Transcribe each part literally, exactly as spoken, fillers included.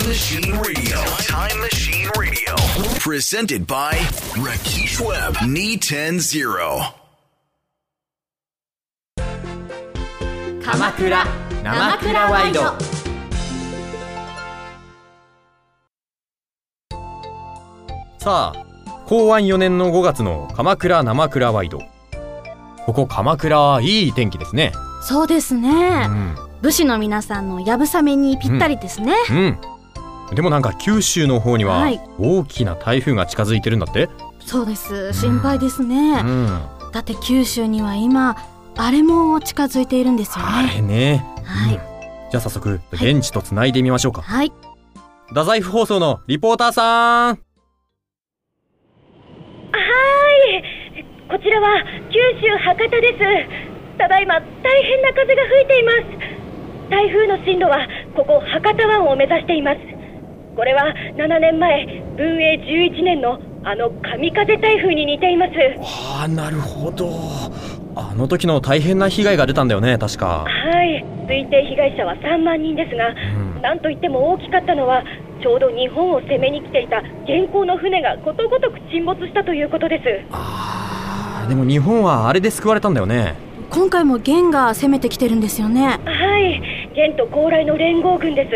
Machine Radio. Time Machine Radio. Presented by Rakesh Webb. にてんゼロ。 鎌倉生倉ワイド。 さあ、こうわんよねんのごがつの鎌倉生倉ワイド。ここ鎌倉いい天気ですね。 そうですね、うん、武士の皆さんのやぶさめにぴったりですね。うん、 うん、でもなんか九州の方には大きな台風が近づいてるんだって。 そうです、心配ですね、うん、だって九州には今あれも近づいているんですよね。 あれね、 はい、うん、 じゃあ早速現地とつないでみましょうか。 はい、 太宰府放送のリポーターさん。 はい、こちらは九州博多です。ただいま大変な風が吹いています。台風の進路はここ博多湾を目指しています。これはななねんまえ文永じゅういちねんのあの神風台風に似ています。 ああ、なるほど。あの時の大変な被害が出たんだよね、確か。 はい、推定被害者はさんまんにんですが、うん、なんといっても大きかったのはちょうど日本を攻めに来ていた元寇の船がことごとく沈没したということです。 ああ、でも日本はあれで救われたんだよね。 今回も元が攻めてきてるんですよね。 はい、元と高麗の連合軍です。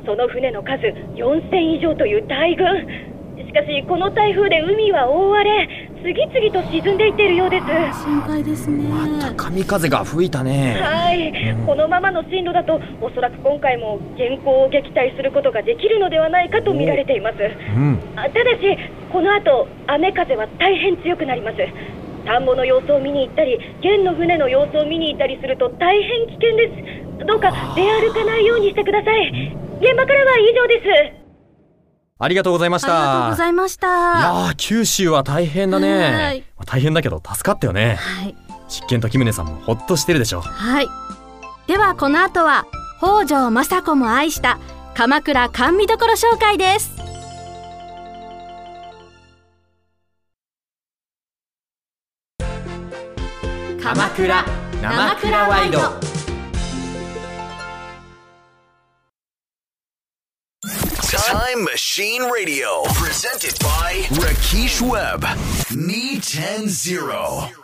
その船の数よんせんいじょうという大軍。しかしこの台風で海は大荒れ、次々と沈んでいっているようです。 心配ですね。 また神風が吹いたね。 はい、うん、このままの進路だとおそらく今回も元寇を撃退することができるのではないかと見られています、うん、ただしこの後雨風は大変強くなります。田んぼの様子を見に行ったり元の船の様子を見に行ったりすると大変危険です。どうか出歩かないようにしてください。現場からは以上です。 ありがとうございました。 ありがとうございました。いやー、九州は大変だね。大変だけど助かったよね。 はい、 執権と木宗さんもほっとしてるでしょ。 はい。ではこの後は北条政子も愛した鎌倉甘味処紹介です。 鎌倉生倉ワイド。 Time Machine Radio. Presented by Rakesh Webb. にてんゼロ。